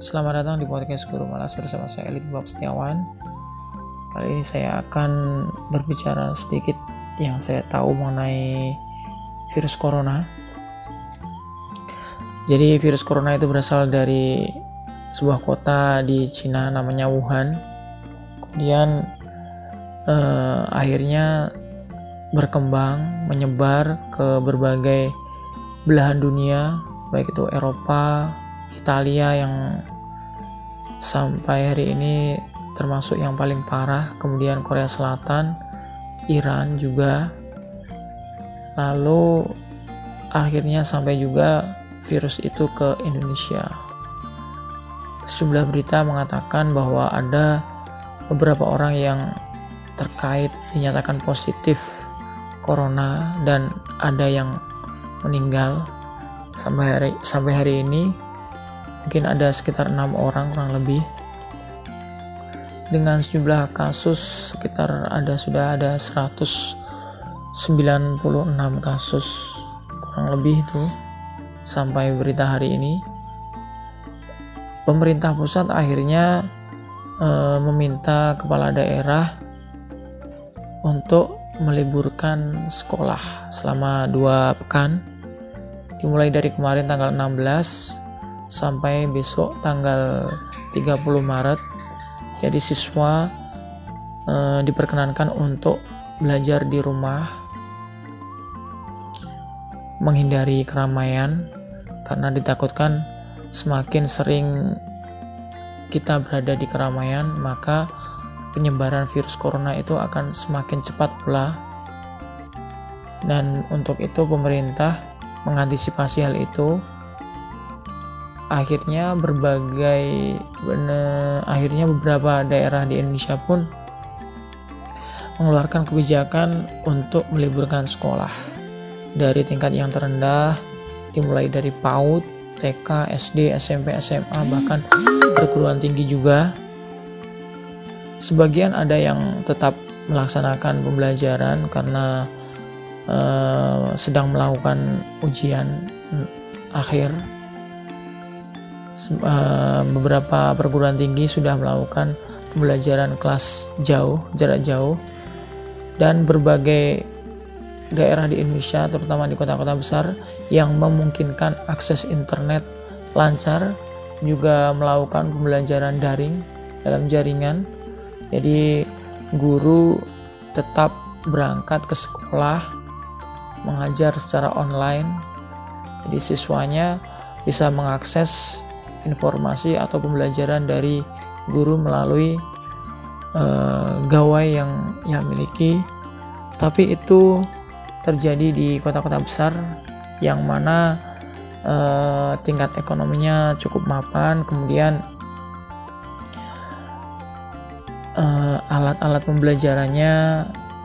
Selamat datang di podcast Guru Malas bersama saya Elit Bob Setiawan. Kali ini saya akan berbicara sedikit yang saya tahu mengenai virus corona. Jadi virus corona itu berasal dari sebuah kota di Cina namanya Wuhan. Kemudian akhirnya berkembang, menyebar ke berbagai belahan dunia, baik itu Eropa, Italia yang sampai hari ini termasuk yang paling parah, kemudian Korea Selatan, Iran juga, lalu akhirnya sampai juga virus itu ke Indonesia. Sejumlah berita mengatakan bahwa ada beberapa orang yang terkait dinyatakan positif corona dan ada yang meninggal. Sampai hari ini mungkin ada sekitar 6 orang kurang lebih, dengan sejumlah kasus sekitar sudah ada 196 kasus kurang lebih itu sampai berita hari ini. Pemerintah pusat akhirnya meminta kepala daerah untuk meliburkan sekolah selama 2 pekan, dimulai dari kemarin tanggal 16 sampai besok tanggal 30 Maret. Jadi siswa diperkenankan untuk belajar di rumah, menghindari keramaian, karena ditakutkan semakin sering kita berada di keramaian maka penyebaran virus corona itu akan semakin cepat pula. Dan untuk itu pemerintah mengantisipasi hal itu, akhirnya beberapa daerah di Indonesia pun mengeluarkan kebijakan untuk meliburkan sekolah dari tingkat yang terendah, dimulai dari PAUD, TK, SD, SMP, SMA, bahkan perguruan tinggi juga. Sebagian ada yang tetap melaksanakan pembelajaran karena sedang melakukan ujian akhir. Beberapa perguruan tinggi sudah melakukan pembelajaran kelas jarak jauh, dan berbagai daerah di Indonesia, terutama di kota-kota besar yang memungkinkan akses internet lancar, juga melakukan pembelajaran daring dalam jaringan. Jadi guru tetap berangkat ke sekolah mengajar secara online, jadi siswanya bisa mengakses informasi atau pembelajaran dari guru melalui gawai yang ia miliki. Tapi itu terjadi di kota-kota besar yang mana tingkat ekonominya cukup mapan, kemudian alat-alat pembelajarannya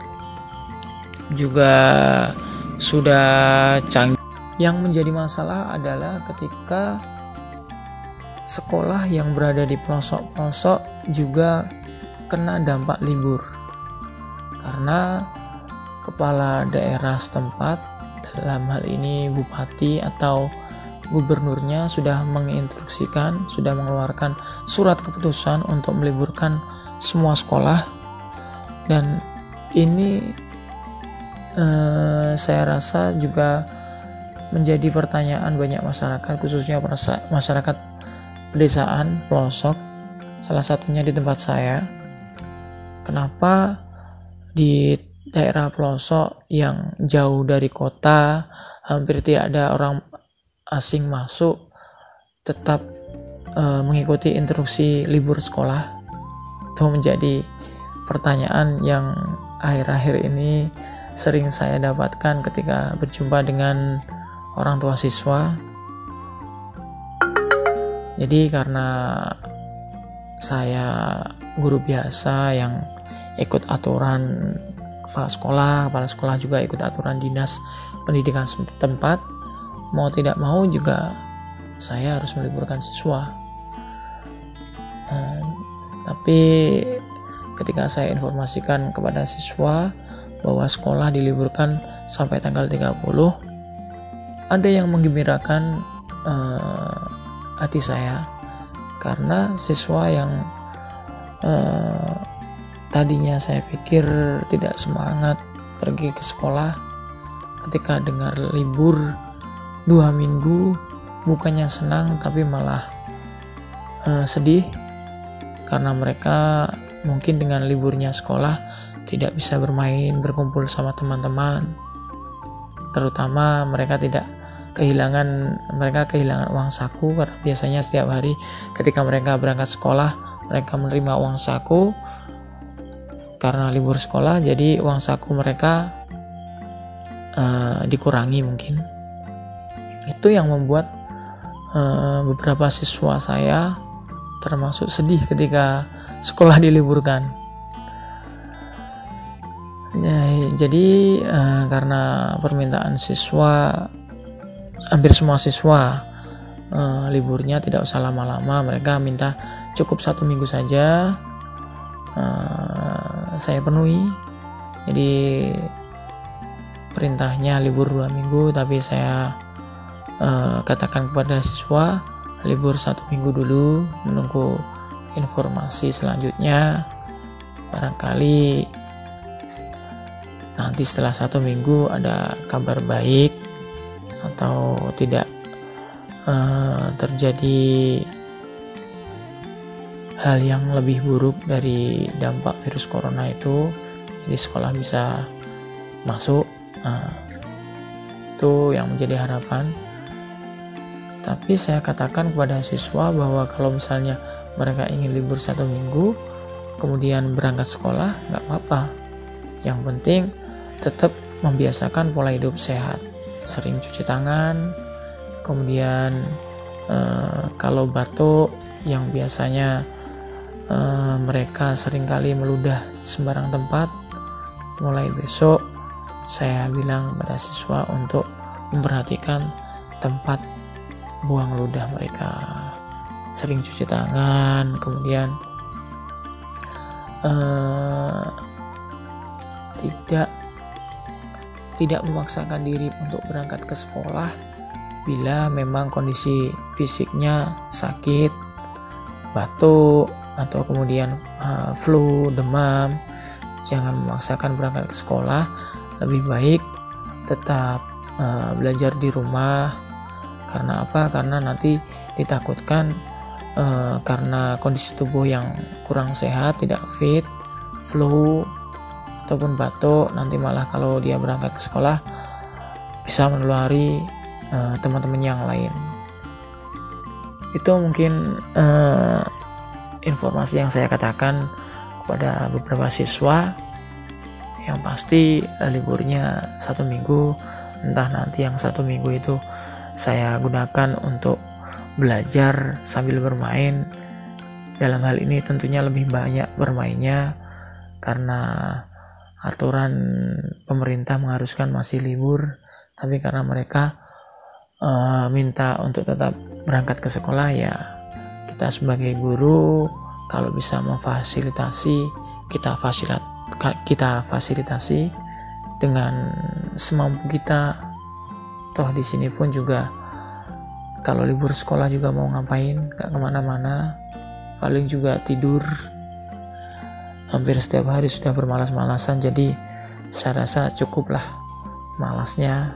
juga sudah canggih. Yang menjadi masalah adalah ketika sekolah yang berada di pelosok-pelosok juga kena dampak libur, karena kepala daerah setempat, dalam hal ini bupati atau gubernurnya, sudah menginstruksikan, sudah mengeluarkan surat keputusan untuk meliburkan semua sekolah. Dan ini saya rasa juga menjadi pertanyaan banyak masyarakat, khususnya masyarakat pedesaan pelosok, salah satunya di tempat saya. Kenapa di daerah pelosok yang jauh dari kota, hampir tidak ada orang asing masuk, tetap mengikuti instruksi libur sekolah? Itu menjadi pertanyaan yang akhir-akhir ini sering saya dapatkan ketika berjumpa dengan orang tua siswa. Jadi karena saya guru biasa yang ikut aturan kepala sekolah juga ikut aturan dinas pendidikan setempat, mau tidak mau juga saya harus meliburkan siswa. Tapi ketika saya informasikan kepada siswa bahwa sekolah diliburkan sampai tanggal 30, ada yang menggembirakan hati saya, karena siswa yang tadinya saya pikir tidak semangat pergi ke sekolah, ketika dengar libur 2 minggu bukannya senang tapi malah sedih, karena mereka mungkin dengan liburnya sekolah tidak bisa bermain, berkumpul sama teman-teman. Terutama mereka kehilangan uang saku, karena biasanya setiap hari ketika mereka berangkat sekolah mereka menerima uang saku. Karena libur sekolah jadi uang saku mereka dikurangi mungkin. Itu yang membuat beberapa siswa saya termasuk sedih ketika sekolah diliburkan. Jadi karena permintaan siswa, hampir semua siswa liburnya tidak usah lama-lama, mereka minta cukup 1 minggu saja. Saya penuhi, jadi perintahnya libur 2 minggu, tapi saya katakan kepada siswa libur 1 minggu dulu, menunggu informasi selanjutnya. Barangkali nanti setelah 1 minggu ada kabar baik atau tidak terjadi hal yang lebih buruk dari dampak virus corona itu, jadi sekolah bisa masuk. Itu yang menjadi harapan. Tapi saya katakan kepada siswa bahwa kalau misalnya mereka ingin libur 1 minggu kemudian berangkat sekolah, nggak apa-apa. Yang penting tetap membiasakan pola hidup sehat, sering cuci tangan, kemudian kalau batuk yang biasanya mereka seringkali meludah sembarang tempat, mulai besok saya bilang pada siswa untuk memperhatikan tempat buang ludah mereka, sering cuci tangan, kemudian tidak memaksakan diri untuk berangkat ke sekolah bila memang kondisi fisiknya sakit, batuk, atau kemudian flu, demam. Jangan memaksakan berangkat ke sekolah, lebih baik tetap belajar di rumah. Karena apa? Karena nanti ditakutkan karena kondisi tubuh yang kurang sehat, tidak fit, flu ataupun batuk, nanti malah kalau dia berangkat ke sekolah bisa menulari teman-teman yang lain. Itu mungkin informasi yang saya katakan kepada beberapa siswa. Yang pasti liburnya 1 minggu, entah nanti yang 1 minggu itu saya gunakan untuk belajar sambil bermain. Dalam hal ini tentunya lebih banyak bermainnya, karena aturan pemerintah mengharuskan masih libur, tapi karena mereka minta untuk tetap berangkat ke sekolah, ya kita sebagai guru kalau bisa memfasilitasi, kita fasilitasi dengan semampu kita. Toh di sini pun juga kalau libur sekolah juga mau ngapain, gak kemana-mana, paling juga tidur. Hampir setiap hari sudah bermalas-malasan, jadi saya rasa cukuplah malasnya.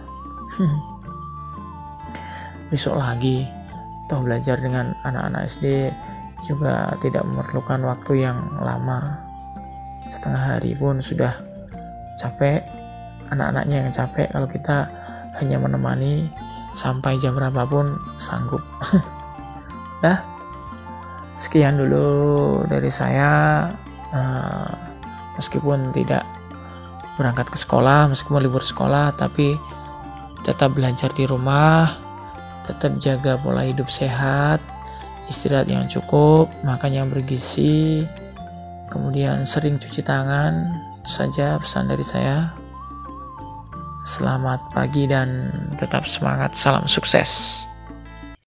Besok lagi, toh belajar dengan anak-anak SD juga tidak memerlukan waktu yang lama. Setengah hari pun sudah capek, anak-anaknya yang capek, kalau kita hanya menemani sampai jam berapapun sanggup. Dah, sekian dulu dari saya. Meskipun tidak berangkat ke sekolah, meskipun libur sekolah, tapi tetap belajar di rumah, tetap jaga pola hidup sehat, istirahat yang cukup, makan yang bergizi, kemudian sering cuci tangan. Itu saja pesan dari saya. Selamat pagi dan tetap semangat. Salam sukses.